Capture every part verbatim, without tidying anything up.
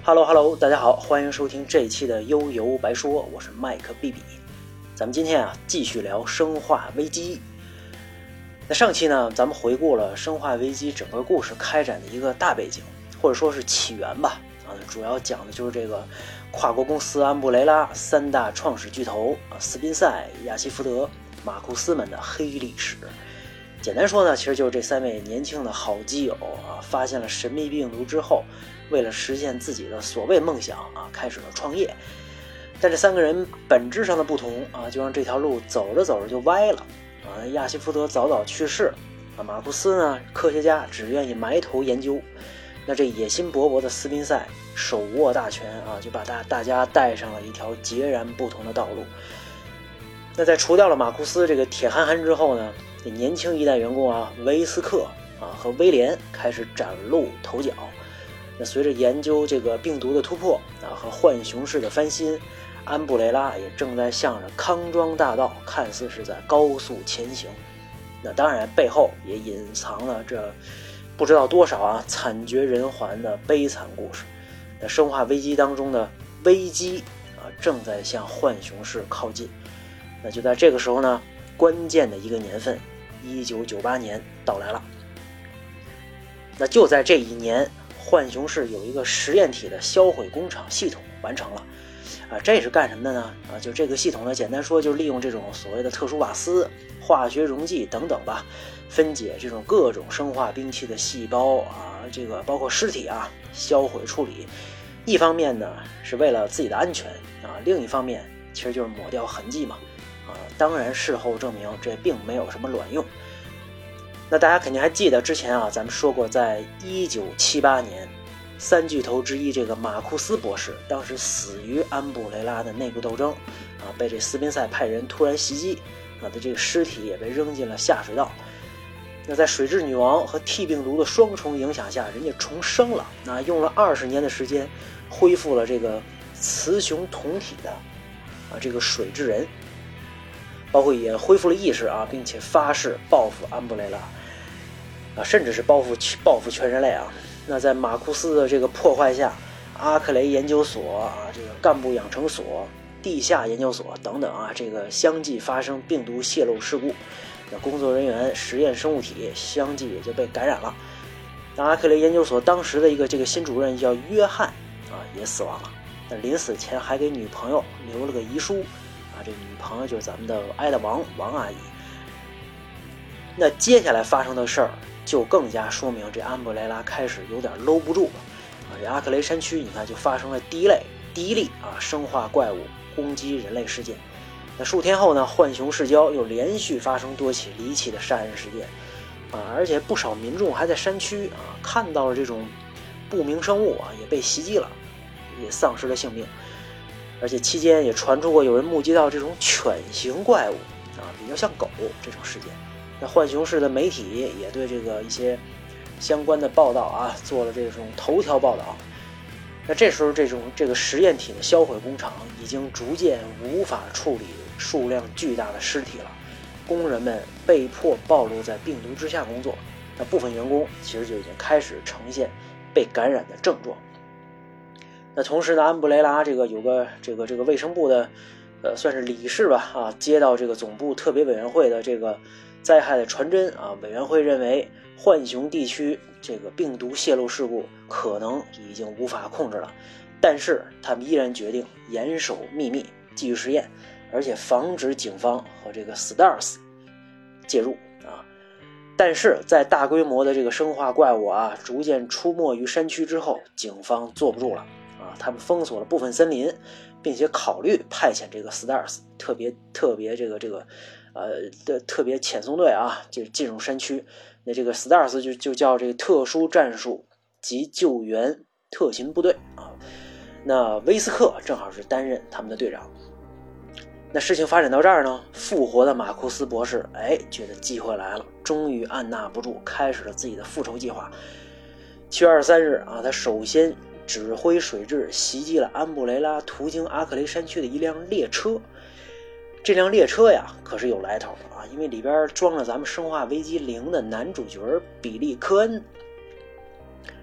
Hello Hello， 大家好，欢迎收听这一期的悠游白说，我是麦克 B B。咱们今天啊继续聊生化危机。那上期呢，咱们回顾了生化危机整个故事开展的一个大背景，或者说是起源吧。啊，主要讲的就是这个跨国公司安布雷拉三大创始巨头啊，斯宾塞、亚西福德、马库斯们的黑历史。简单说呢，其实就是这三位年轻的好基友啊，发现了神秘病毒之后，为了实现自己的所谓梦想啊，开始了创业。但这三个人本质上的不同啊，就让这条路走着走着就歪了啊。亚西福德早早去世啊，马库斯呢，科学家只愿意埋头研究。那这野心勃勃的斯宾塞手握大权啊，就把大大家带上了一条截然不同的道路。那在除掉了马库斯这个铁憨憨之后呢，这年轻一代员工啊，维斯克啊和威廉开始崭露头角。那随着研究这个病毒的突破啊和浣熊市的翻新，安布雷拉也正在向着康庄大道看似是在高速前行。那当然背后也隐藏了这不知道多少啊惨绝人寰的悲惨故事。那生化危机当中的危机啊正在向浣熊市靠近。那就在这个时候呢，关键的一个年份一九九八年到来了。那就在这一年，浣熊市有一个实验体的销毁工厂系统完成了啊，这是干什么的呢？啊，就这个系统呢，简单说就是利用这种所谓的特殊瓦斯、化学溶剂等等吧，分解这种各种生化兵器的细胞啊，这个包括尸体啊，销毁处理。一方面呢是为了自己的安全啊，另一方面其实就是抹掉痕迹嘛。啊，当然事后证明这并没有什么卵用。那大家肯定还记得之前啊，咱们说过，在一九七八年，三巨头之一这个马库斯博士，当时死于安布雷拉的内部斗争，啊，被这斯宾塞派人突然袭击，啊，的这个尸体也被扔进了下水道。那在水蛭女王和 T 病毒的双重影响下，人家重生了，那用了二十年的时间，恢复了这个雌雄同体的啊这个水蛭人。包括也恢复了意识啊，并且发誓报复安布雷拉啊，甚至是报复报复全人类啊。那在马库斯的这个破坏下，阿克雷研究所啊，这个干部养成所、地下研究所等等啊，这个相继发生病毒泄漏事故。那工作人员、实验生物体相继也就被感染了。那阿克雷研究所当时的一个这个新主任叫约翰啊，也死亡了。那临死前还给女朋友留了个遗书。啊，这女朋友就是咱们的埃德王王阿姨。那接下来发生的事儿就更加说明这安布雷拉开始有点搂不住了啊！这阿克雷山区，你看就发生了第一类第一例啊生化怪物攻击人类事件。那数天后呢，浣熊市郊又连续发生多起离奇的杀人事件啊，而且不少民众还在山区啊看到了这种不明生物啊也被袭击了，也丧失了性命。而且期间也传出过有人目击到这种犬型怪物啊，比较像狗这种事件。那浣熊市的媒体也对这个一些相关的报道啊做了这种头条报道。那这时候这种这个实验体的销毁工厂已经逐渐无法处理数量巨大的尸体了，工人们被迫暴露在病毒之下工作。那部分员工其实就已经开始呈现被感染的症状。那同时呢，安布雷拉这个有个这个这个卫生部的呃算是理事吧啊，接到这个总部特别委员会的这个灾害的传真啊，委员会认为浣熊地区这个病毒泄露事故可能已经无法控制了，但是他们依然决定严守秘密，继续实验，而且防止警方和这个 S T A R S 介入啊。但是在大规模的这个生化怪物啊逐渐出没于山区之后，警方坐不住了。啊，他们封锁了部分森林，并且考虑派遣这个 S T A R S 特别特别这个这个呃的特别遣送队啊，就进入山区。那这个 S T A R S 就就叫这个特殊战术及救援特勤部队啊。那威斯克正好是担任他们的队长。那事情发展到这儿呢，复活的马库斯博士哎觉得机会来了，终于按捺不住，开始了自己的复仇计划。七月二十三日啊，他首先指挥水蛭袭击了安布雷拉途经阿克雷山区的一辆列车。这辆列车呀可是有来头的啊，因为里边装了咱们生化危机零的男主角比利科恩。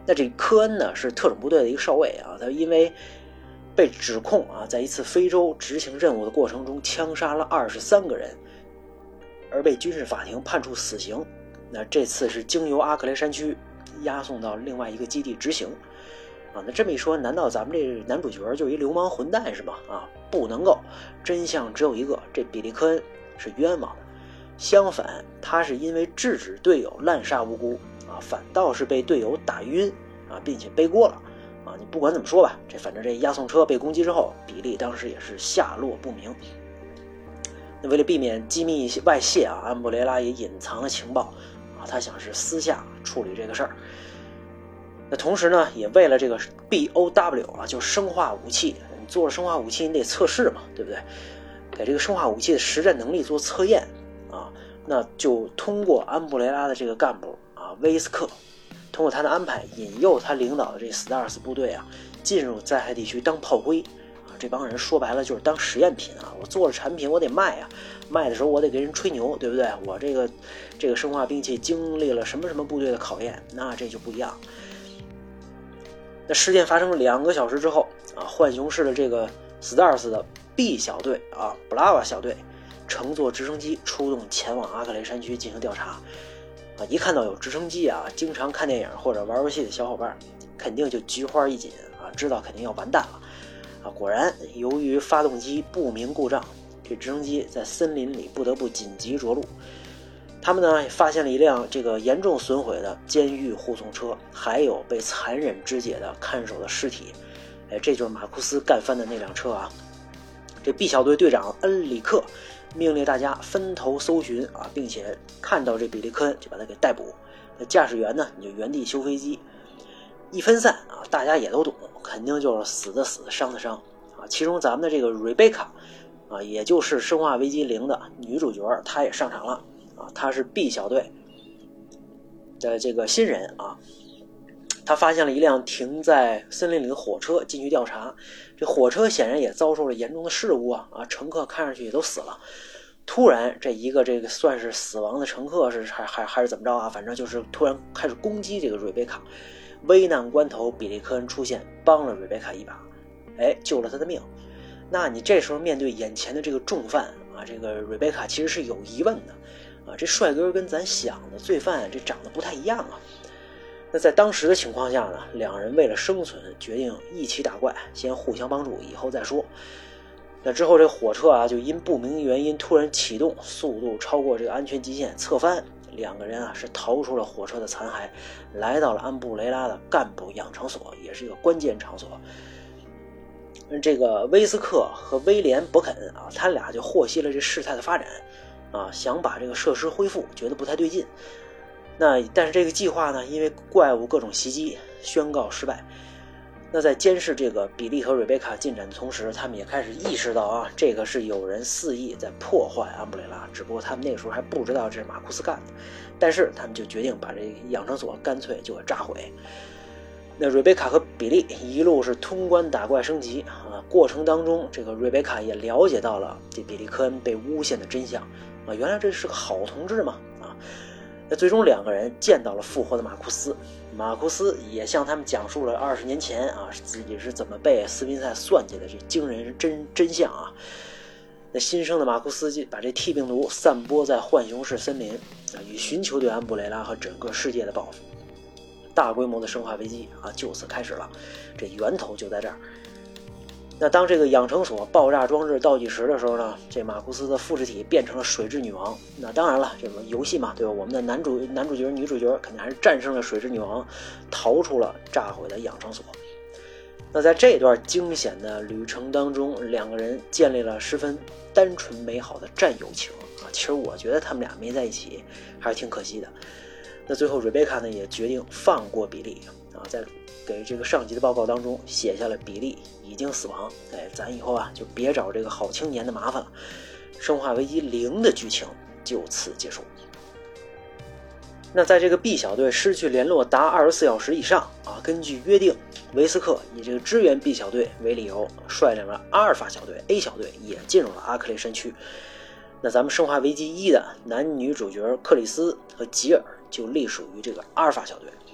那这科恩呢是特种部队的一个少尉啊，他因为被指控啊，在一次非洲执行任务的过程中枪杀了二十三个人，而被军事法庭判处死刑。那这次是经由阿克雷山区押送到另外一个基地执行啊。那这么一说，难道咱们这男主角就是一流氓混蛋是吗？啊，不能够，真相只有一个，这比利科恩是冤枉的。相反，他是因为制止队友滥杀无辜啊，反倒是被队友打晕啊，并且背锅了。啊，你不管怎么说吧，这反正这押送车被攻击之后，比利当时也是下落不明。那为了避免机密外泄啊，安布雷拉也隐藏了情报啊，他想是私下处理这个事儿。那同时呢，也为了这个 B O W 啊，就是生化武器，你做了生化武器你得测试嘛，对不对？给这个生化武器的实战能力做测验啊，那就通过安布雷拉的这个干部啊威斯克。通过他的安排，引诱他领导的这 Stars 部队啊，进入灾害地区当炮灰啊。这帮人说白了就是当实验品啊。我做了产品，我得卖啊，卖的时候我得给人吹牛，对不对？我这个这个生化兵器经历了什么什么部队的考验，那这就不一样。那事件发生两个小时之后啊，浣熊市的这个 Stars 的 B 小队啊 ，Brava 小队乘坐直升机出动前往阿克雷山区进行调查。啊，一看到有直升机啊，经常看电影或者玩游戏的小伙伴，肯定就菊花一紧啊，知道肯定要完蛋了啊。果然，由于发动机不明故障，这直升机在森林里不得不紧急着陆。他们呢发现了一辆这个严重损毁的监狱护送车，还有被残忍肢解的看守的尸体。哎，这就是马库斯干翻的那辆车啊。这 B 小队队长恩里克命令大家分头搜寻啊，并且看到这比利科恩就把他给逮捕。那驾驶员呢，你就原地修飞机。一分散啊，大家也都懂，肯定就是死的死，伤的伤啊。其中咱们的这个瑞贝卡啊，也就是《生化危机零》的女主角，她也上场了啊。她是 B 小队的这个新人啊。他发现了一辆停在森林里的火车，进去调查。这火车显然也遭受了严重的事故啊！啊，乘客看上去也都死了。突然，这一个这个算是死亡的乘客是还还还是怎么着啊？反正就是突然开始攻击这个瑞贝卡。危难关头，比利科恩出现，帮了瑞贝卡一把，哎，救了他的命。那你这时候面对眼前的这个重犯啊，这个瑞贝卡其实是有疑问的啊，这帅哥跟咱想的罪犯这长得不太一样啊。那在当时的情况下呢，两人为了生存，决定一起打怪，先互相帮助，以后再说。那之后这火车啊，就因不明原因突然启动，速度超过这个安全极限，侧翻。两个人啊是逃出了火车的残骸，来到了安布雷拉的干部养成所，也是一个关键场所。这个威斯克和威廉伯肯啊，他俩就获悉了这事态的发展啊，想把这个设施恢复，觉得不太对劲。那但是这个计划呢，因为怪物各种袭击，宣告失败。那在监视这个比利和瑞贝卡进展的同时，他们也开始意识到啊，这个是有人肆意在破坏安布雷拉，只不过他们那个时候还不知道这是马库斯干的。但是他们就决定把这个养成所干脆就给炸毁。那瑞贝卡和比利一路是通关打怪升级啊，过程当中这个瑞贝卡也了解到了这比利科恩被诬陷的真相啊，原来这是个好同志嘛啊。那最终两个人见到了复活的马库斯，马库斯也向他们讲述了二十年前啊自己是怎么被斯宾塞算计的这惊人真真相啊。那新生的马库斯把这 T 病毒散播在浣熊市森林啊，以寻求对安布雷拉和整个世界的报复。大规模的生化危机啊就此开始了，这源头就在这儿。那当这个养成所爆炸装置倒计时的时候呢，这马库斯的复制体变成了水之女王。那当然了，这个游戏嘛，对吧？我们的男主男主角女主角肯定还是战胜了水之女王，逃出了炸毁的养成所。那在这段惊险的旅程当中，两个人建立了十分单纯美好的战友情啊。其实我觉得他们俩没在一起还是挺可惜的。那最后瑞贝卡呢也决定放过比利啊，在给这个上级的报告当中写下了比利已经死亡，哎，咱以后啊就别找这个好青年的麻烦了。生化危机零的剧情就此结束。那在这个 B 小队失去联络达二十四小时以上啊，根据约定，维斯克以这个支援 B 小队为理由，率领了阿尔法小队 A 小队也进入了阿克雷山区。那咱们生化危机一的男女主角克里斯和吉尔就隶属于这个阿尔法小队。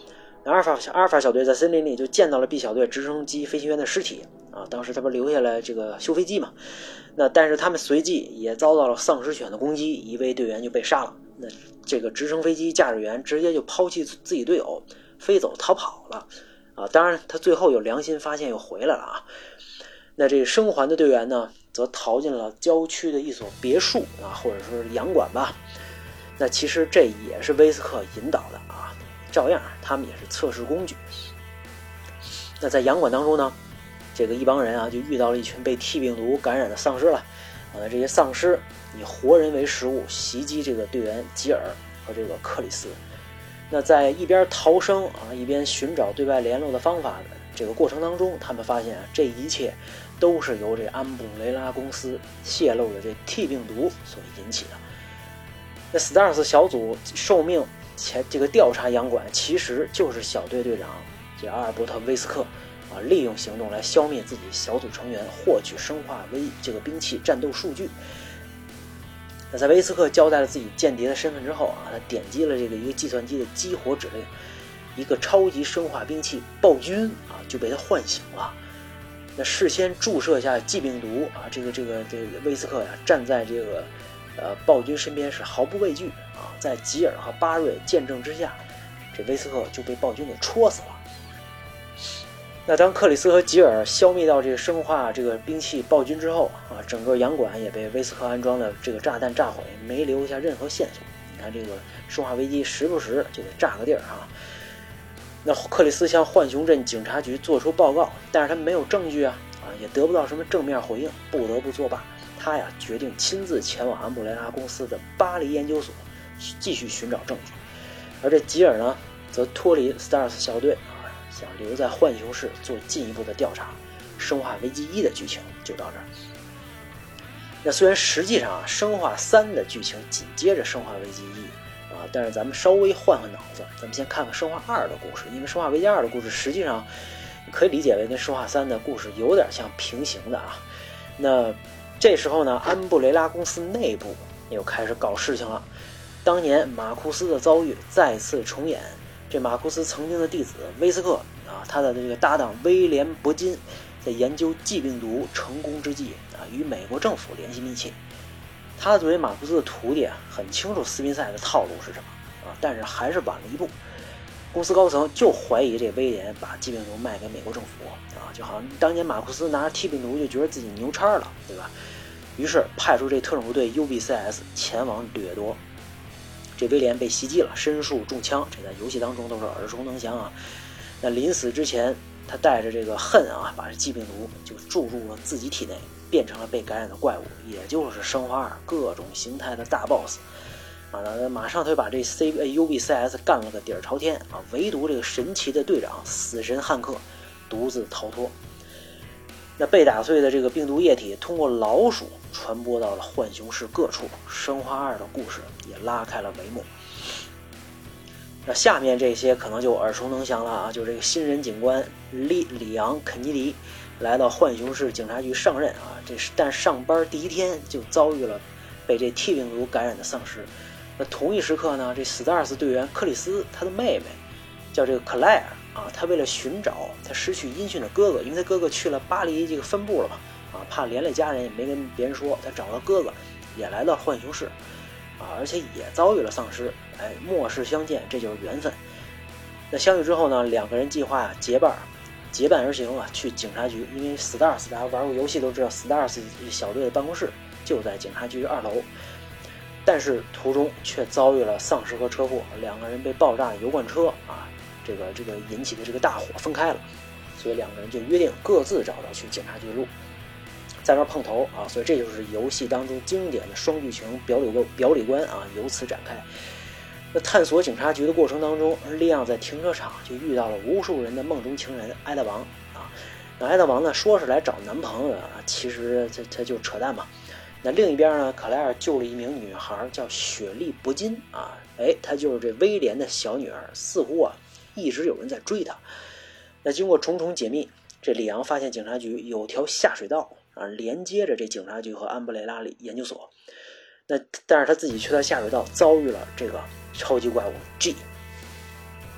阿尔法阿尔法小队在森林里就见到了 B 小队直升机飞行员的尸体啊，当时他不留下来这个修飞机嘛，那但是他们随即也遭到了丧尸犬的攻击，一位队员就被杀了。那这个直升飞机驾驶员直接就抛弃自己队友，飞走逃跑了啊！当然他最后有良心发现又回来了啊。那这个生还的队员呢，则逃进了郊区的一所别墅啊，或者说是洋馆吧。那其实这也是威斯克引导的啊，照样他们也是测试工具。那在洋馆当中呢，这个一帮人啊就遇到了一群被 T 病毒感染的丧尸了啊。这些丧尸以活人为食物袭击这个队员吉尔和这个克里斯。那在一边逃生啊，一边寻找对外联络的方法的这个过程当中，他们发现啊，这一切都是由这安布雷拉公司泄露的这 T 病毒所引起的。那 Stars 小组受命前这个调查洋馆，其实就是小队队长这阿尔伯特·威斯克啊，利用行动来消灭自己小组成员，获取生化危这个兵器战斗数据。那在威斯克交代了自己间谍的身份之后啊，他点击了这个一个计算机的激活指令，一个超级生化兵器暴君啊就被他唤醒了。那事先注射下G病毒啊，这个这个这个威斯克呀，站在这个呃暴君身边是毫不畏惧啊，在吉尔和巴瑞见证之下，这威斯克就被暴君给戳死了。那当克里斯和吉尔消灭到这个生化这个兵器暴君之后啊，整个洋馆也被威斯克安装的这个炸弹炸毁，没留下任何线索。你看这个生化危机时不时就得炸个地儿啊。那克里斯向浣熊镇警察局做出报告，但是他没有证据啊，啊也得不到什么正面回应，不得不作罢。他呀决定亲自前往安布雷拉公司的巴黎研究所，继续寻找证据。而这吉尔呢，则脱离 Stars 小队啊，想留在浣熊市做进一步的调查。生化危机一的剧情就到这儿。那虽然实际上啊，生化三的剧情紧接着生化危机一。啊，但是咱们稍微换换脑子，咱们先看看生化二的故事，因为生化危机二的故事实际上可以理解为跟生化三的故事有点像平行的啊。那这时候呢，安布雷拉公司内部又开始搞事情了。当年马库斯的遭遇再次重演，这马库斯曾经的弟子威斯克啊，他的这个搭档威廉·伯金在研究 G 病毒成功之际啊，与美国政府联系密切。他作为马库斯的徒弟啊，很清楚斯宾塞的套路是什么啊，但是还是晚了一步。公司高层就怀疑这威廉把 G 病毒卖给美国政府啊，就好像当年马库斯拿着 T 病毒就觉得自己牛叉了，对吧？于是派出这特种部队 U B C S 前往掠夺。这威廉被袭击了，身受重枪，这在游戏当中都是耳熟能详啊。那临死之前，他带着这个恨啊，把这 G 病毒就注入了自己体内，变成了被感染的怪物，也就是生化二各种形态的大 boss 啊。那马上他就把这 C U B C S 干了个底儿朝天啊，唯独这个神奇的队长死神汉克独自逃脱。那被打碎的这个病毒液体通过老鼠传播到了浣熊市各处，生化二的故事也拉开了帷幕。那下面这些可能就耳熟能详了啊，就这个新人警官里里昂肯尼迪来到浣熊市警察局上任啊，这是但上班第一天就遭遇了被这 T 病毒感染的丧尸。那同一时刻呢，这 Stars 队员克里斯他的妹妹叫这个克莱尔啊，他为了寻找他失去音讯的哥哥，因为他哥哥去了巴黎这个分部了嘛，啊，怕连累家人也没跟别人说，他找到哥哥也来到浣熊市啊，而且也遭遇了丧尸，哎，末世相见，这就是缘分。那相遇之后呢，两个人计划结伴结伴而行啊，去警察局，因为 Stars 大家玩过游戏都知道 ，Stars 小队的办公室就在警察局二楼，但是途中却遭遇了丧尸和车祸，两个人被爆炸的油罐车啊，这个这个引起的这个大火分开了，所以两个人就约定各自找到去警察局的路。在那碰头啊，所以这就是游戏当中经典的双剧情表里表里观啊，由此展开。那探索警察局的过程当中，利昂在停车场就遇到了无数人的梦中情人埃德王啊。那埃德王呢，说是来找男朋友的啊，其实他他就扯淡嘛。那另一边呢，克莱尔救了一名女孩叫雪莉·伯金啊，哎，她就是这威廉的小女儿，似乎啊一直有人在追她。那经过重重解密，这里昂发现警察局有条下水道啊，连接着这警察局和安布雷拉里研究所。那但是他自己却在下水道遭遇了这个超级怪物 G。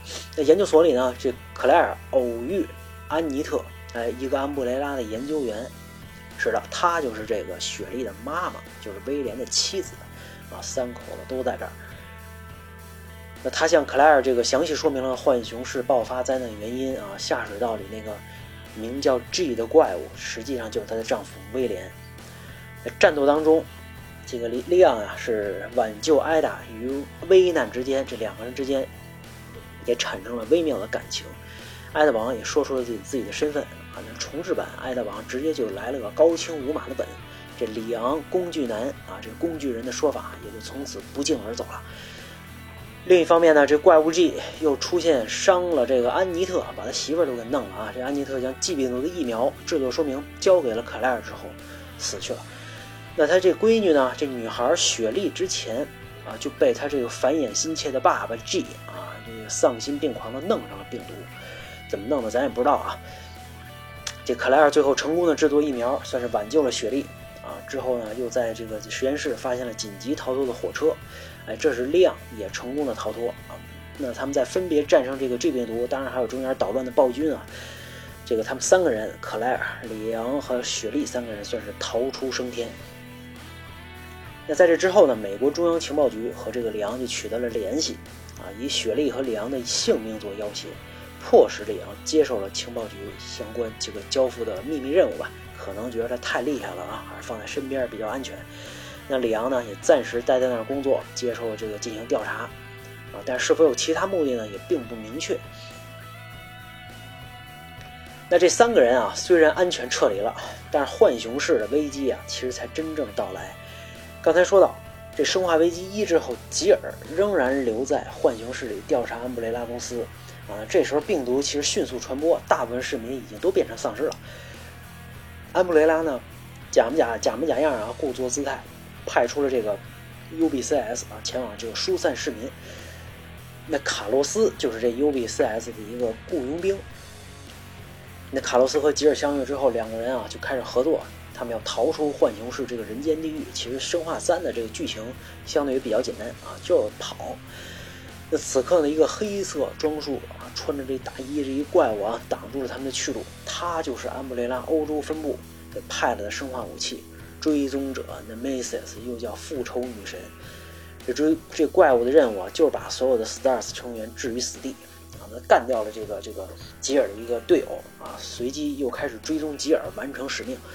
那研究所里呢，这克莱尔偶遇安妮特，哎，一个安布雷拉的研究员，知道她就是这个雪莉的妈妈，就是威廉的妻子啊，三口子都在这儿。那他向克莱尔这个详细说明了浣熊市爆发灾难的原因啊，下水道里那个名叫 G 的怪物，实际上就是她的丈夫威廉。在战斗当中，这个利昂啊是挽救艾达于危难之间，这两个人之间也产生了微妙的感情。艾达王也说出了自己自己的身份啊，那重制版艾达王直接就来了个高清无码的本，这里昂工具男啊，这工具人的说法也就从此不胫而走了。另一方面呢，这怪物 G 又出现伤了这个安妮特，把他媳妇儿都给弄了啊！这安妮特将 G 病毒的疫苗制作说明交给了克莱尔之后死去了。那他这闺女呢，这女孩雪莉之前啊就被他这个繁衍心切的爸爸 G 啊这个丧心病狂的弄上了病毒，怎么弄的咱也不知道啊。这克莱尔最后成功的制作疫苗，算是挽救了雪莉啊。之后呢，又在这个实验室发现了紧急逃脱的火车。哎，这是利昂也成功的逃脱啊！那他们在分别战胜这个 G 病毒，当然还有中间捣乱的暴君啊。这个他们三个人，克莱尔、里昂和雪莉三个人算是逃出升天。那在这之后呢，美国中央情报局和这个里昂就取得了联系啊，以雪莉和里昂的性命做要挟，迫使里昂接受了情报局相关这个交付的秘密任务吧。可能觉得太厉害了啊，还是放在身边比较安全。那里昂呢也暂时待在那儿工作，接受这个进行调查啊，但是否有其他目的呢也并不明确。那这三个人啊虽然安全撤离了，但是浣熊市的危机啊其实才真正到来。刚才说到这生化危机一之后，吉尔仍然留在浣熊市里调查安布雷拉公司啊，这时候病毒其实迅速传播，大部分市民已经都变成丧尸了。安布雷拉呢假模假假模假样啊，故作姿态派出了这个 U B C S 啊，前往这个疏散市民。那卡洛斯就是这 U B C S 的一个雇佣兵。那卡洛斯和吉尔相遇之后，两个人啊就开始合作，他们要逃出浣熊市这个人间地狱。其实生化三的这个剧情相对于比较简单啊，就是跑。那此刻呢，一个黑色装束啊，穿着这大衣这一怪物啊，挡住了他们的去路。他就是安布雷拉欧洲分部给派来的生化武器。追踪者 Nemesis 又叫复仇女神，这追这怪物的任务啊，就是把所有的 Stars 成员置于死地啊，那干掉了这个这个吉尔的一个队友啊，随即又开始追踪吉尔，完成使命。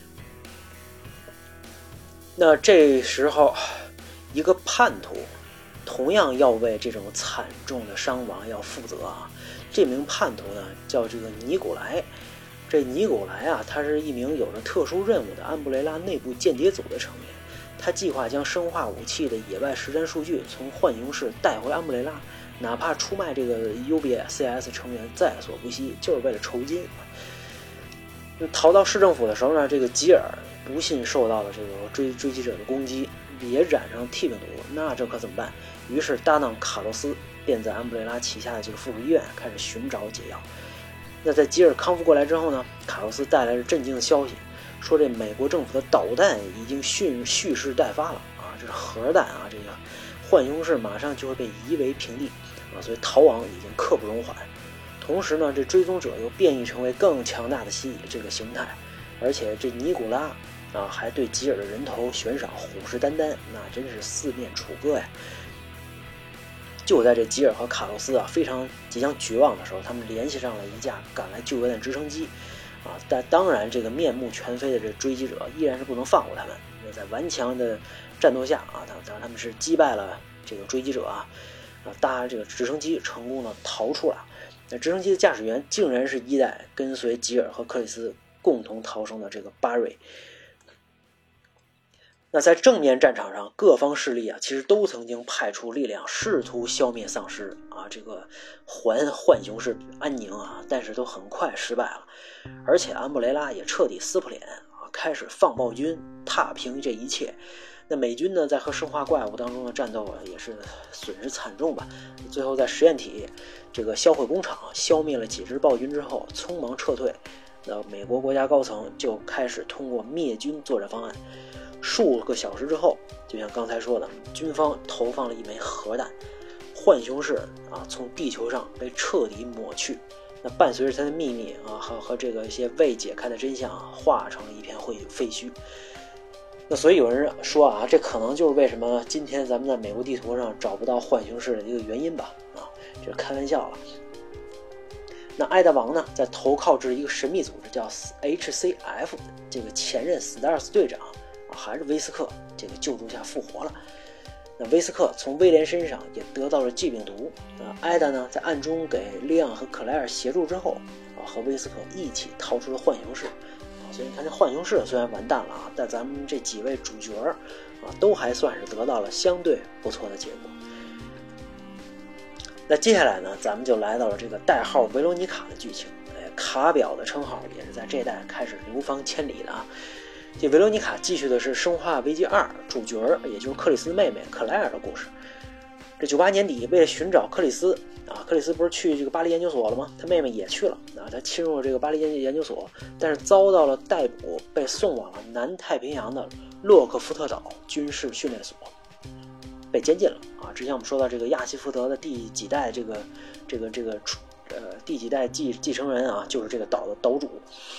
那这时候，一个叛徒同样要为这种惨重的伤亡要负责啊。这名叛徒呢，叫这个尼古莱。这尼古莱啊，他是一名有着特殊任务的安布雷拉内部间谍组的成员。他计划将生化武器的野外实战数据从浣熊市带回安布雷拉，哪怕出卖这个 U B C S 成员在所不惜，就是为了酬金。逃到市政府的时候呢，这个吉尔不幸受到了这个追追击者的攻击，也染上 T 病毒，那这可怎么办？于是搭档卡洛斯便在安布雷拉旗下的这个附属医院开始寻找解药。那在吉尔康复过来之后呢，卡洛斯带来了震惊的消息，说这美国政府的导弹已经蓄蓄势待发了啊，这是核弹啊，这个浣熊市马上就会被夷为平地啊，所以逃亡已经刻不容缓。同时呢，这追踪者又变异成为更强大的蜥蜴这个形态，而且这尼古拉啊还对吉尔的人头悬赏，虎视眈眈，那真是四面楚歌呀。就在这吉尔和卡洛斯啊非常即将绝望的时候，他们联系上了一架赶来救援的直升机啊，但当然这个面目全非的这追击者依然是不能放过他们。在顽强的战斗下啊，当然他们是击败了这个追击者啊，啊搭这个直升机成功的逃出了。那直升机的驾驶员竟然是一代跟随吉尔和克里斯共同逃生的这个巴瑞。那在正面战场上，各方势力啊，其实都曾经派出力量试图消灭丧尸啊，这个还浣熊市安宁啊，但是都很快失败了。而且安布雷拉也彻底撕破脸啊，开始放暴君，踏平这一切。那美军呢，在和生化怪物当中的战斗啊，也是损失惨重吧。最后在实验体这个销毁工厂消灭了几只暴君之后，匆忙撤退。那美国国家高层就开始通过灭军作战方案。数个小时之后，就像刚才说的，军方投放了一枚核弹， 浣熊市啊从地球上被彻底抹去。那伴随着他的秘密啊和和这个一些未解开的真相啊，化成了一片废废墟。那所以有人说啊，这可能就是为什么今天咱们在美国地图上找不到浣熊市的一个原因吧？啊，这是开玩笑了。那艾达王呢，在投靠至一个神秘组织叫 H C F 的这个前任 Stars 队长啊，还是威斯克这个救助下复活了。那威斯克从威廉身上也得到了 G 病毒。啊，艾达呢在暗中给利昂和克莱尔协助之后啊，和威斯克一起逃出了浣熊市。啊，所以你看这浣熊市虽然完蛋了啊，但咱们这几位主角啊，都还算是得到了相对不错的结果。那接下来呢，咱们就来到了这个代号维罗妮卡的剧情。哎，卡表的称号也是在这代开始流芳千里的啊。这维罗妮卡继续的是《生化危机二》主角，也就是克里斯妹妹克莱尔的故事。这九八年底，为了寻找克里斯啊，克里斯不是去这个巴黎研究所了吗？他妹妹也去了啊，他侵入了这个巴黎研究所，但是遭到了逮捕，被送往了南太平洋的洛克福特岛军事训练所，被监禁了啊。之前我们说到这个亚西福德的第几代这个这个这个呃第几代继继承人啊，就是这个岛的岛主。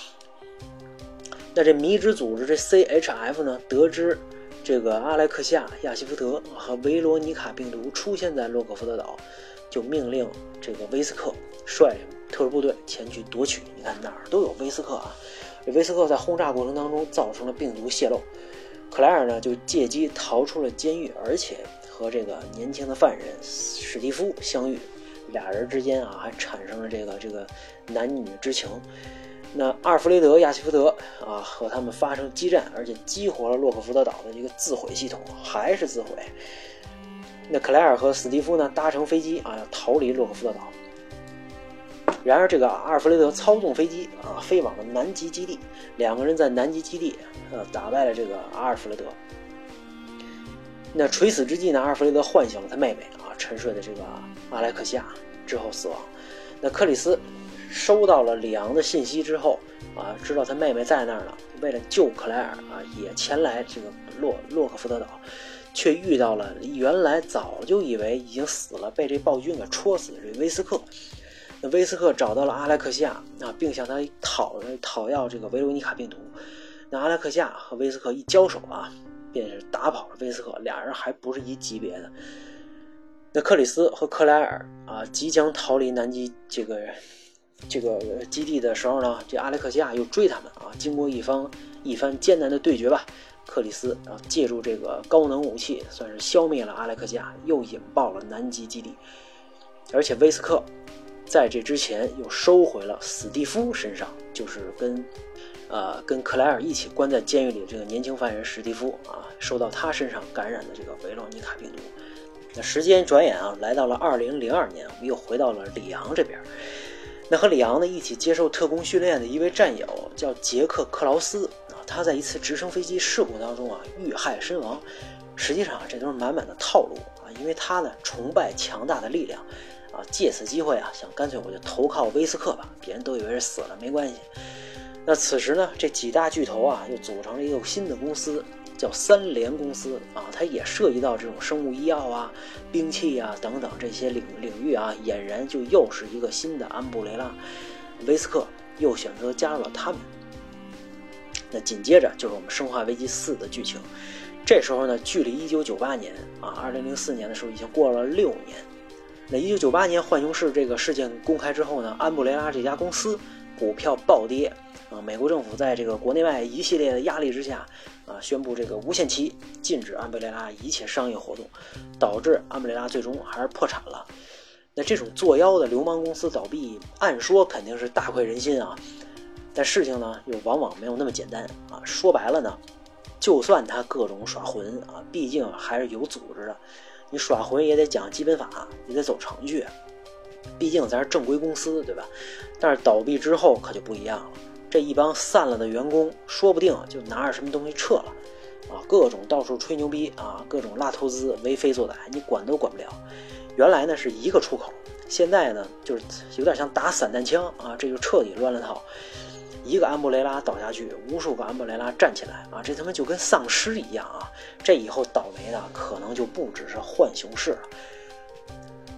那这迷之组织这 C H F 呢，得知这个阿莱克夏、亚西福德和维罗妮卡病毒出现在洛克福德岛，就命令这个威斯克率领特殊部队前去夺取。你看哪儿都有威斯克啊！这威斯克在轰炸过程当中造成了病毒泄漏，克莱尔呢就借机逃出了监狱，而且和这个年轻的犯人史蒂夫相遇，俩人之间啊还产生了这个这个男女之情。那阿尔弗雷德·亚西福德啊和他们发生激战，而且激活了洛克福德岛的一个自毁系统，还是自毁。那克莱尔和史蒂夫呢搭乘飞机啊要逃离洛克福德岛，然而这个阿尔弗雷德操纵飞机啊飞往了南极基地，两个人在南极基地呃打败了这个阿尔弗雷德。那垂死之际呢，阿尔弗雷德唤醒了他妹妹啊沉睡的这个阿莱克夏之后死亡。那克里斯收到了里昂的信息之后啊，知道他妹妹在那儿了，为了救克莱尔啊，也前来这个洛洛克福德岛，却遇到了原来早就以为已经死了，被这暴君给戳死的这威斯克。那威斯克找到了阿莱克夏啊，并向他讨讨要这个维罗妮卡病毒。那阿莱克夏和威斯克一交手啊，便是打跑了威斯克，俩人还不是一级别的。那克里斯和克莱尔啊，即将逃离南极这个这个基地的时候呢，这阿莱克夏又追他们啊。经过一方一番艰难的对决吧，克里斯啊借助这个高能武器，算是消灭了阿莱克夏，又引爆了南极基地。而且威斯克在这之前又收回了史蒂夫身上，就是跟呃跟克莱尔一起关在监狱里这个年轻犯人史蒂夫啊，受到他身上感染的这个维罗妮卡病毒。那时间转眼啊，来到了二零零二年，我们又回到了里昂这边。那和里昂呢一起接受特工训练的一位战友叫杰克克劳斯啊，他在一次直升飞机事故当中啊遇害身亡。实际上啊，这都是满满的套路啊，因为他呢崇拜强大的力量啊，借此机会啊想干脆我就投靠威斯克吧，别人都以为是死了没关系。那此时呢，这几大巨头啊又组成了一个新的公司，叫三联公司啊，它也涉及到这种生物医药啊、兵器啊等等这些领领域啊，俨然就又是一个新的安布雷拉。威斯克又选择加入了他们。那紧接着就是我们《生化危机四》的剧情。这时候呢，距离一九九八年啊，二零零四年的时候已经过了六年。那一九九八年浣熊市这个事件公开之后呢，安布雷拉这家公司股票暴跌。啊，美国政府在这个国内外一系列的压力之下，啊，宣布这个无限期禁止安布雷拉一切商业活动，导致安布雷拉最终还是破产了。那这种作妖的流氓公司倒闭，按说肯定是大快人心啊，但事情呢又往往没有那么简单啊。说白了呢，就算他各种耍混啊，毕竟还是有组织的，你耍混也得讲基本法，也得走程序，毕竟咱是正规公司，对吧？但是倒闭之后可就不一样了。这一帮散了的员工，说不定就拿着什么东西撤了，啊，各种到处吹牛逼啊，各种拉投资、为非作歹，你管都管不了。原来呢是一个出口，现在呢就是有点像打散弹枪啊，这就彻底乱了套。一个安布雷拉倒下去，无数个安布雷拉站起来啊，这他妈就跟丧尸一样啊！这以后倒霉的可能就不只是浣熊市了。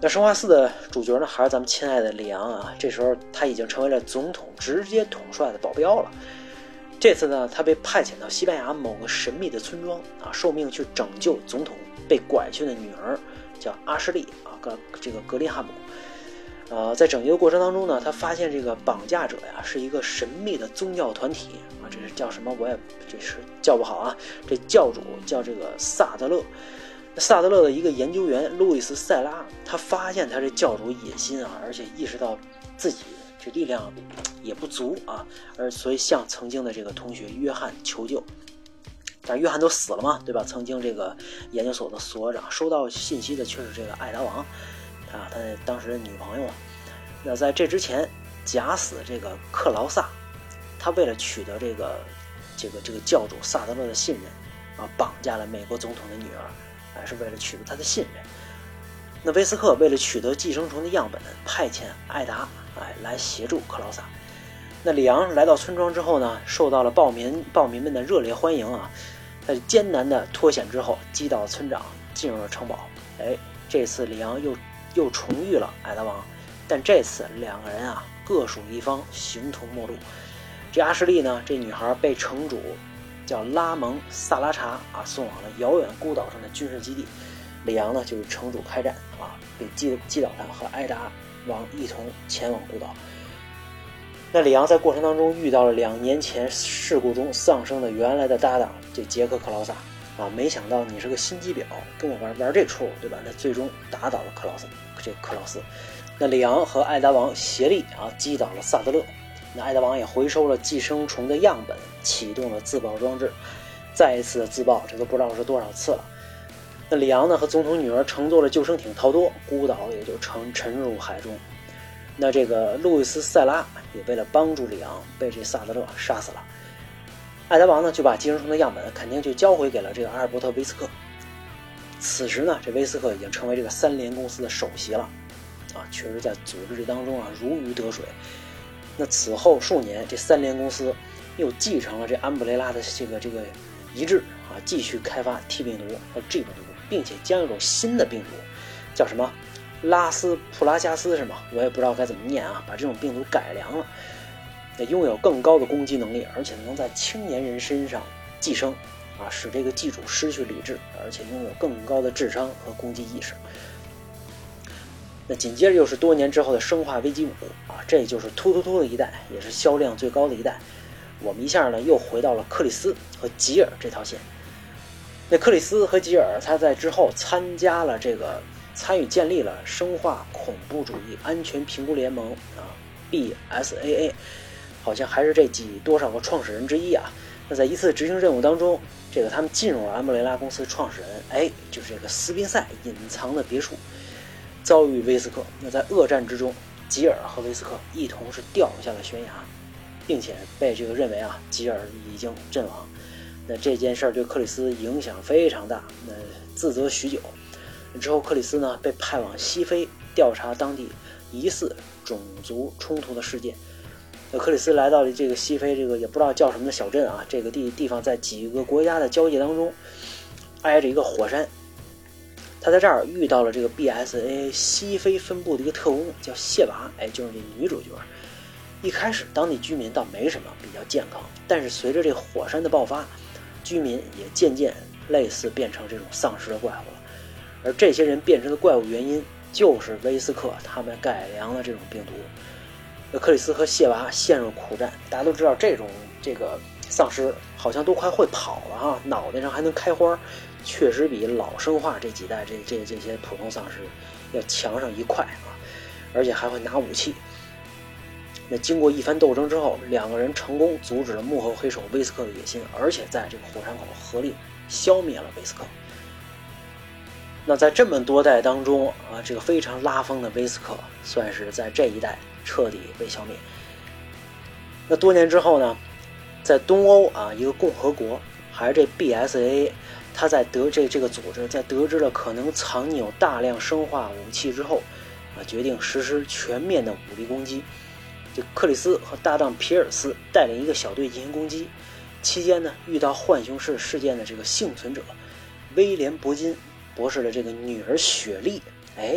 那生化四的主角呢，还是咱们亲爱的里昂啊。这时候他已经成为了总统直接统帅的保镖了。这次呢，他被派遣到西班牙某个神秘的村庄啊，受命去拯救总统被拐去的女儿，叫阿什利啊，格这个格林汉姆。呃，在拯救过程当中呢，他发现这个绑架者呀是一个神秘的宗教团体啊，这是叫什么我也这是叫不好啊。这教主叫这个萨德勒。萨德勒的一个研究员路易斯·塞拉，他发现他这教主野心啊，而且意识到自己这力量也不足啊，而所以向曾经的这个同学约翰求救。但约翰都死了嘛，对吧？曾经这个研究所的所长，收到信息的却是这个艾达王啊，他当时的女朋友啊。那在这之前，假死这个克劳萨，他为了取得这个这个这个教主萨德勒的信任啊，绑架了美国总统的女儿。还是为了取得他的信任。那威斯克为了取得寄生虫的样本，派遣艾达哎来协助克劳萨。那里昂来到村庄之后呢，受到了暴民暴民们的热烈欢迎啊。在艰难的脱险之后，击倒村长，进入了城堡。哎，这次里昂又又重遇了艾达王，但这次两个人啊各属一方，形同陌路。这阿什利呢，这女孩被城主叫拉蒙萨拉查啊送往了遥远孤岛上的军事基地。里昂呢就与城主开战啊，被击击倒他，和艾达王一同前往孤岛。那里昂在过程当中遇到了两年前事故中丧生的原来的搭档这杰克克劳萨啊，没想到你是个心机婊，跟我玩玩这出，对吧？那最终打倒了克劳斯，这克劳斯。那里昂和艾达王协力啊击倒了萨德勒。那艾达王也回收了寄生虫的样本，启动了自爆装置，再一次的自爆，这都不知道是多少次了。那里昂呢和总统女儿乘坐了救生艇逃脱，孤岛也就沉沉入海中。那这个路易斯塞拉也为了帮助里昂，被这萨德勒杀死了。艾达王呢就把寄生虫的样本肯定就交回给了这个阿尔伯特威斯克。此时呢，这威斯克已经成为这个三联公司的首席了啊，确实在组织这当中啊如鱼得水。那此后数年，这三联公司又继承了这安布雷拉的这个这个遗志啊，继续开发 T 病毒和 G 病毒，并且将一种新的病毒叫什么拉斯普拉加斯是吗？我也不知道该怎么念啊，把这种病毒改良了，也拥有更高的攻击能力，而且能在青年人身上寄生啊，使这个寄主失去理智，而且拥有更高的智商和攻击意识。那紧接着又是多年之后的生化危机五啊，这就是突突突的一代，也是销量最高的一代。我们一下呢又回到了克里斯和吉尔这条线。那克里斯和吉尔他在之后参加了这个参与建立了生化恐怖主义安全评估联盟啊 B S A A， 好像还是这几多少个创始人之一啊。那在一次执行任务当中，这个他们进入了安布雷拉公司创始人哎就是这个斯宾塞隐藏的别墅，遭遇威斯克。那在恶战之中，吉尔和威斯克一同是掉下了悬崖，并且被这个认为啊吉尔已经阵亡。那这件事对克里斯影响非常大，那自责许久。之后克里斯呢被派往西非调查当地疑似种族冲突的事件。那克里斯来到了这个西非这个也不知道叫什么的小镇啊，这个地地方在几个国家的交界当中，挨着一个火山。他在这儿遇到了这个 B S A 西非分部的一个特工叫谢娃，哎，就是这女主角。一开始当地居民倒没什么，比较健康，但是随着这火山的爆发，居民也渐渐类似变成这种丧尸的怪物了。而这些人变成的怪物原因就是威斯克他们改良了这种病毒。那克里斯和谢娃陷入苦战，大家都知道这种这个丧尸好像都快会跑了啊，脑袋上还能开花，确实比老生化这几代这这这些普通丧尸要强上一块啊，而且还会拿武器。那经过一番斗争之后，两个人成功阻止了幕后黑手威斯克的野心，而且在这个火山口合力消灭了威斯克。那在这么多代当中啊，这个非常拉风的威斯克算是在这一代彻底被消灭。那多年之后呢，在东欧啊一个共和国，还是这 B S A， 他在得这这个组织在得知了可能藏匿有大量生化武器之后啊，决定实施全面的武力攻击。这克里斯和搭档皮尔斯带领一个小队进行攻击，期间呢遇到浣熊市事件的这个幸存者威廉伯金博士的这个女儿雪莉，哎，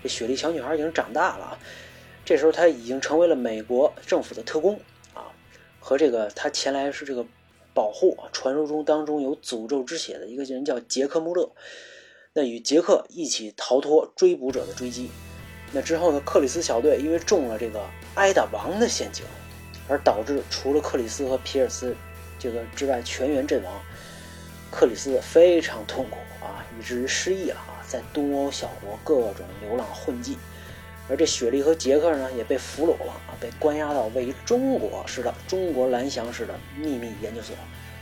这雪莉小女孩已经长大了，这时候她已经成为了美国政府的特工啊，和这个她前来是这个保护传说中当中有诅咒之血的一个人叫杰克穆勒，那与杰克一起逃脱追捕者的追击。那之后呢，克里斯小队因为中了这个埃达王的陷阱，而导致除了克里斯和皮尔斯这个之外全员阵亡。克里斯非常痛苦啊，以至于失忆了啊，在东欧小国各种流浪混迹。而这雪莉和杰克呢，也被俘虏了啊，被关押到位于中国是的中国蓝翔市的秘密研究所。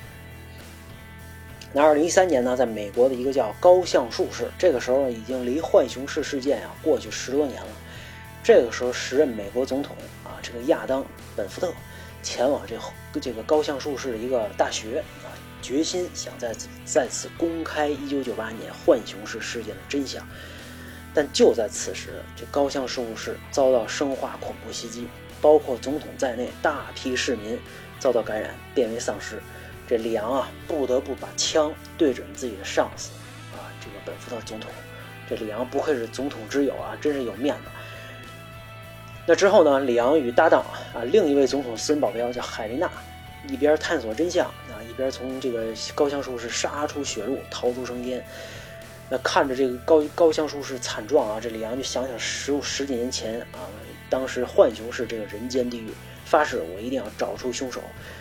那二零一三年呢，在美国的一个叫高橡树市，这个时候已经离浣熊市事件啊过去十多年了。这个时候时任美国总统啊，这个亚当本福特前往这这个高橡树市的一个大学啊，决心想在在此公开一九九八年浣熊市事件的真相。但就在此时，这高橡树市遭到生化恐怖袭击，包括总统在内大批市民遭到感染，变为丧尸。这里昂啊，不得不把枪对准自己的上司啊，这个本福特总统。这里昂不愧是总统之友啊，真是有面子。那之后呢，里昂与搭档啊，另一位总统私人保镖叫海莉娜，一边探索真相啊，一边从这个高橡树市杀出血路，逃出升天。那看着这个高高橡树市惨状啊，这里昂就想想十十几年前啊，当时浣熊市这个人间地狱，发誓我一定要找出凶手。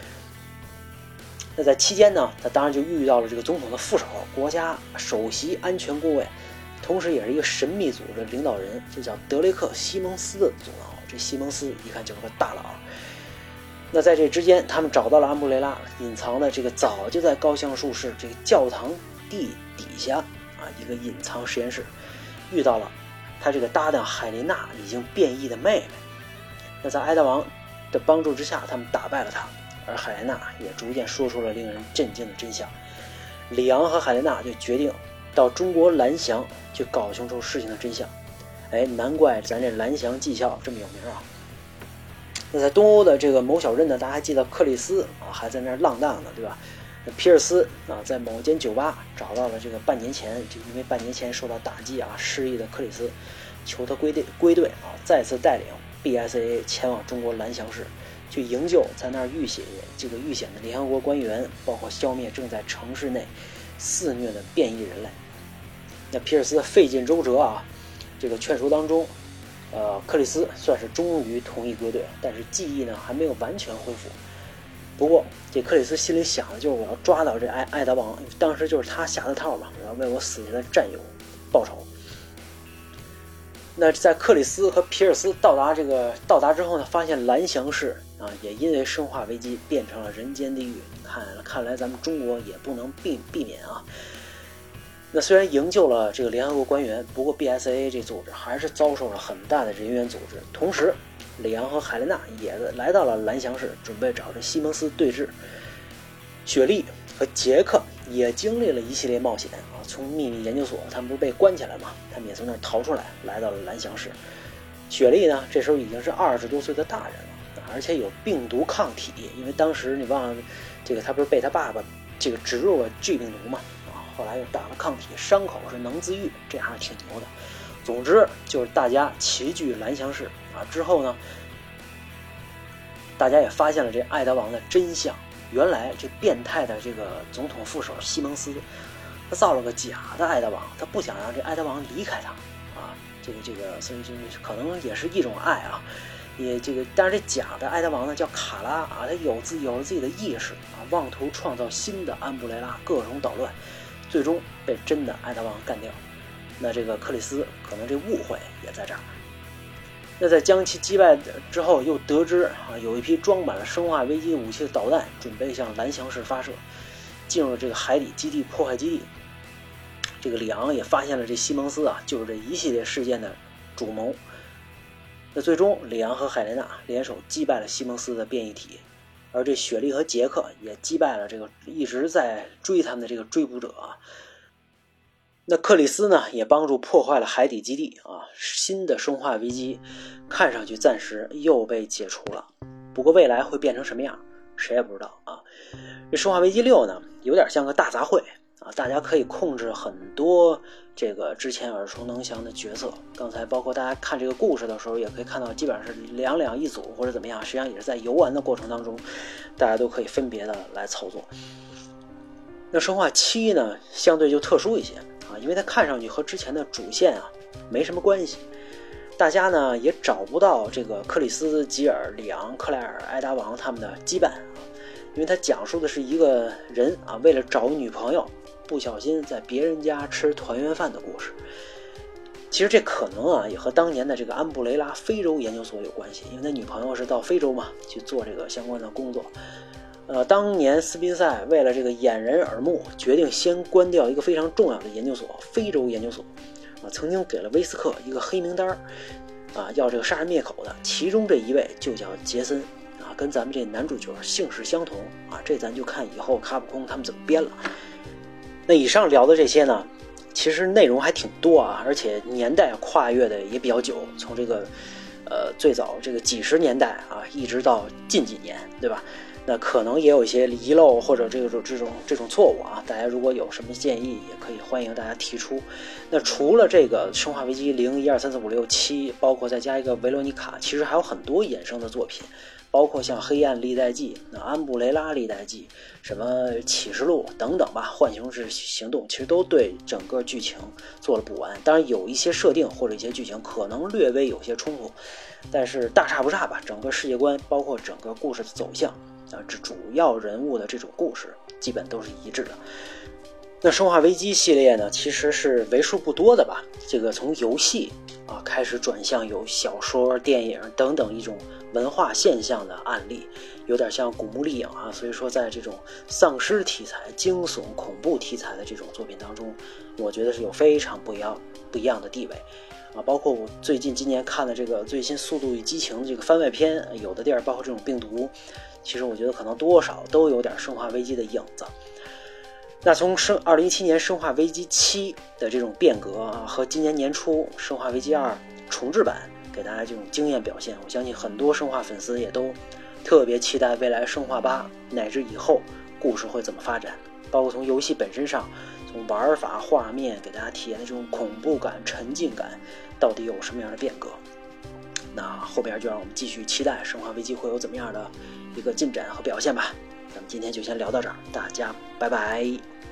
那在期间呢，他当然就遇到了这个总统的副手，国家首席安全顾问，同时也是一个神秘组织领导人，就叫德雷克·西蒙斯的组脑。这西蒙斯一看就是个大佬。那在这之间，他们找到了安布雷拉隐藏的这个早就在高橡树市这个教堂地底下啊一个隐藏实验室，遇到了他这个搭档海莉娜已经变异的妹妹。那在埃达王的帮助之下，他们打败了他，而海莉娜也逐渐说出了令人震惊的真相。里昂和海莉娜就决定到中国蓝翔去搞清楚事情的真相。哎，难怪咱这蓝翔技校这么有名啊！那在东欧的这个某小镇呢，大家还记得克里斯啊，还在那儿浪荡呢，对吧？那皮尔斯啊，在某间酒吧找到了这个半年前就因为半年前受到打击啊失忆的克里斯，求他归队归队啊，再次带领 B S A 前往中国蓝翔市，去营救在那儿遇险这个遇险的联合国官员，包括消灭正在城市内肆虐的变异人类。那皮尔斯费尽周折啊，这个劝说当中，呃，克里斯算是终于同意归队，但是记忆呢还没有完全恢复。不过这克里斯心里想的就是我要抓到这艾艾达王，当时就是他下的套嘛，我要为我死去的战友报仇。那在克里斯和皮尔斯到达这个到达之后呢，发现蓝翔市啊也因为生化危机变成了人间地狱。看看来咱们中国也不能避避免啊。那虽然营救了这个联合国官员，不过 B S A 这组织还是遭受了很大的人员阻滞。同时，里昂和海莉娜也来到了蓝翔市，准备找这西蒙斯对峙。雪莉和杰克也经历了一系列冒险啊，从秘密研究所，他们不是被关起来吗？他们也从那儿逃出来，来到了蓝翔市。雪莉呢，这时候已经是二十多岁的大人了，而且有病毒抗体，因为当时你忘了，这个他不是被他爸爸这个植入了 G 病毒嘛？后来又打了抗体，伤口是能自愈，这还是挺牛的。总之就是大家齐聚蓝翔市啊，之后呢，大家也发现了这艾达王的真相。原来这变态的这个总统副手西蒙斯，他造了个假的艾达王，他不想让这艾达王离开他啊，这个这个，所以就是可能也是一种爱啊。也这个，但是这假的艾达王呢叫卡拉啊，他有自有了自己的意识啊，妄图创造新的安布雷拉，各种捣乱。最终被真的艾达王干掉。那这个克里斯可能这误会也在这儿。那在将其击败之后，又得知啊有一批装满了生化危机武器的导弹准备向蓝翔市发射，进入了这个海底基地破坏基地。这个里昂也发现了这西蒙斯啊就是这一系列事件的主谋。那最终里昂和海莲娜联手击败了西蒙斯的变异体。而这雪莉和杰克也击败了这个一直在追他们的这个追捕者啊。那克里斯呢，也帮助破坏了海底基地啊。新的生化危机看上去暂时又被解除了，不过未来会变成什么样，谁也不知道啊。这生化危机六呢，有点像个大杂烩啊，大家可以控制很多这个之前耳熟能详的角色。刚才包括大家看这个故事的时候，也可以看到基本上是两两一组或者怎么样，实际上也是在游玩的过程当中，大家都可以分别的来操作。那生化七呢，相对就特殊一些啊，因为它看上去和之前的主线啊没什么关系。大家呢也找不到这个克里斯、吉尔、里昂、克莱尔、埃达王他们的羁绊啊，因为它讲述的是一个人啊为了找女朋友，不小心在别人家吃团圆饭的故事。其实这可能啊也和当年的这个安布雷拉非洲研究所有关系，因为他女朋友是到非洲嘛去做这个相关的工作。呃，当年斯宾塞为了这个掩人耳目，决定先关掉一个非常重要的研究所——非洲研究所。啊，曾经给了威斯克一个黑名单，啊，要这个杀人灭口的，其中这一位就叫杰森，啊，跟咱们这男主角姓氏相同，啊，这咱就看以后卡普空他们怎么编了。那以上聊的这些呢，其实内容还挺多啊，而且年代跨越的也比较久，从这个呃最早这个几十年代啊，一直到近几年，对吧？那可能也有一些遗漏或者这种这种这种错误啊，大家如果有什么建议，也可以欢迎大家提出。那除了这个《生化危机零》一二三四五六七，包括再加一个维罗妮卡，其实还有很多衍生的作品，包括像《黑暗历代记》、那《安布雷拉历代记》、什么《启示录》等等吧，《浣熊式行动》其实都对整个剧情做了补完。当然有一些设定或者一些剧情可能略微有些冲突，但是大差不差吧。整个世界观包括整个故事的走向啊，这主要人物的这种故事基本都是一致的。那生化危机系列呢，其实是为数不多的吧，这个从游戏啊开始转向有小说、电影等等一种文化现象的案例，有点像古墓丽影啊。所以说在这种丧尸题材、惊悚恐怖题材的这种作品当中，我觉得是有非常不一样不一样的地位啊。包括我最近今年看的这个最新《速度与激情》的这个番外篇，有的地儿包括这种病毒，其实我觉得可能多少都有点生化危机的影子。那从生二零一七年生化危机七的这种变革啊，和今年年初生化危机二重制版给大家这种惊艳表现，我相信很多生化粉丝也都特别期待未来生化八乃至以后故事会怎么发展，包括从游戏本身上，从玩法、画面给大家体验的这种恐怖感、沉浸感到底有什么样的变革。那后边就让我们继续期待生化危机会有怎么样的一个进展和表现吧。咱们今天就先聊到这儿，大家拜拜。